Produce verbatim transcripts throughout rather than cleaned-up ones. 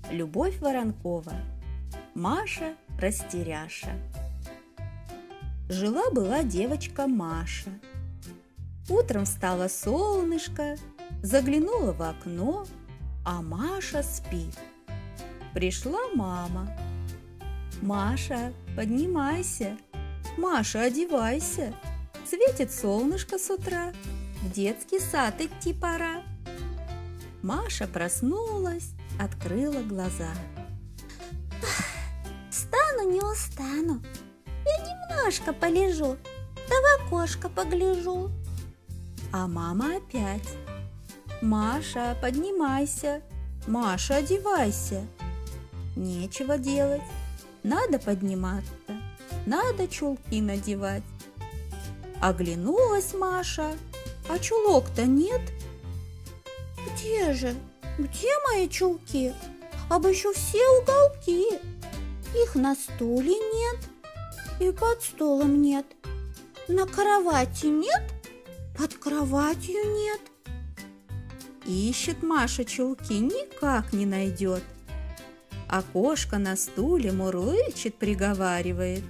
Любовь Воронкова. Маша-растеряша. Жила-была девочка Маша. Утром встало солнышко, заглянула в окно, а Маша спит. Пришла мама. «Маша, поднимайся! Маша, одевайся! Светит солнышко с утра, в детский сад идти пора!» Маша проснулась, открыла глаза. Встану, не устану. Я немножко полежу, да в окошко погляжу. А мама опять. «Маша, поднимайся! Маша, одевайся!» Нечего делать, надо подниматься, надо чулки надевать. Оглянулась Маша, а чулок-то нет. Где же? Где мои чулки? Обыщу все уголки. Их на стуле нет, и под столом нет. На кровати нет, под кроватью нет. Ищет Маша чулки, никак не найдет. А кошка на стуле мурлычет, приговаривает: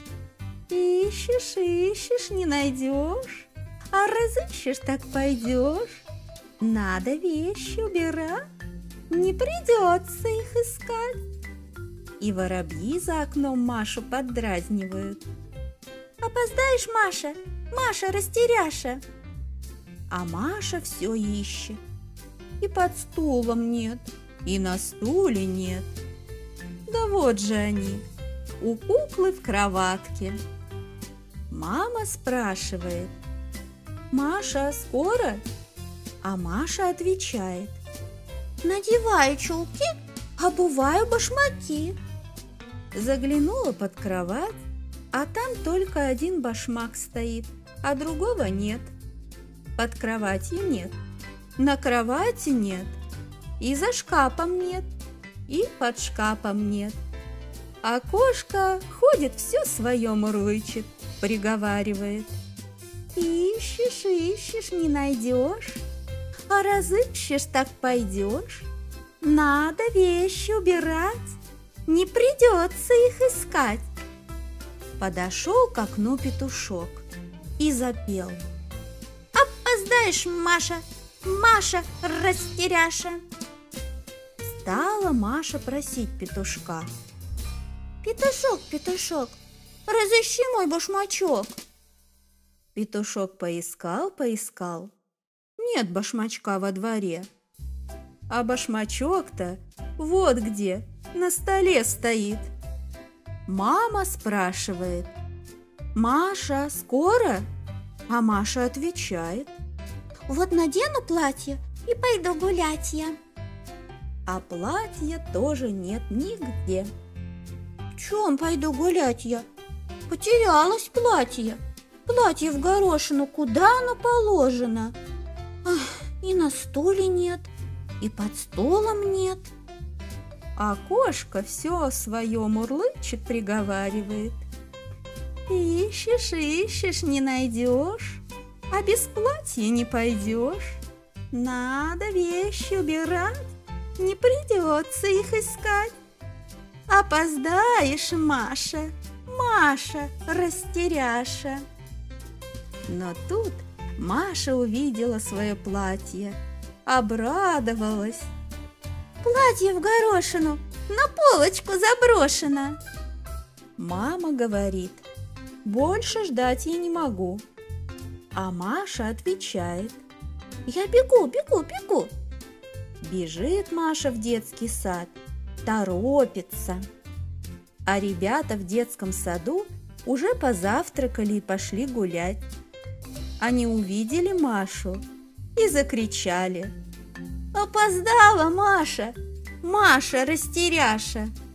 «Ищешь, ищешь, не найдешь, а разыщешь, так пойдешь. Надо вещи убирать, не придется их искать». И воробьи за окном Машу поддразнивают: «Опоздаешь, Маша, Маша-растеряша!» А Маша все ищет. И под стулом нет, и на стуле нет. Да вот же они, у куклы в кроватке. Мама спрашивает: «Маша, скоро?» А Маша отвечает: «Надеваю чулки, обуваю башмаки». Заглянула под кровать, а там только один башмак стоит, а другого нет. Под кроватью нет, на кровати нет, и за шкафом нет, и под шкафом нет. А кошка ходит, все свое мурлычет, приговаривает: «Ищешь, ищешь, не найдешь, а разыщешь, так пойдешь. Надо вещи убирать, не придется их искать». Подошел к окну петушок и запел: «Опоздаешь, Маша, Маша-растеряша!» Стала Маша просить петушка: «Петушок, петушок, разыщи мой башмачок». Петушок поискал, поискал. Нет башмачка во дворе. А башмачок-то вот где, на столе стоит. Мама спрашивает: «Маша, скоро?» А Маша отвечает: «Вот надену платье и пойду гулять я». А платья тоже нет нигде. «В чем пойду гулять я? Потерялось платье. Платье в горошину, куда оно положено? Ах, и на стуле нет, и под столом нет». А кошка все свое мурлычет, приговаривает: «Ищешь, ищешь, не найдешь, а без платья не пойдешь. Надо вещи убирать, не придется их искать. Опоздаешь, Маша, Маша-растеряша». Но тут Маша увидела свое платье, обрадовалась. «Платье в горошину, на полочку заброшено». Мама говорит: «Больше ждать я не могу». А Маша отвечает: «Я бегу, бегу, бегу». Бежит Маша в детский сад, торопится. А ребята в детском саду уже позавтракали и пошли гулять. Они увидели Машу и закричали: «Опоздала, Маша! Маша-растеряша!»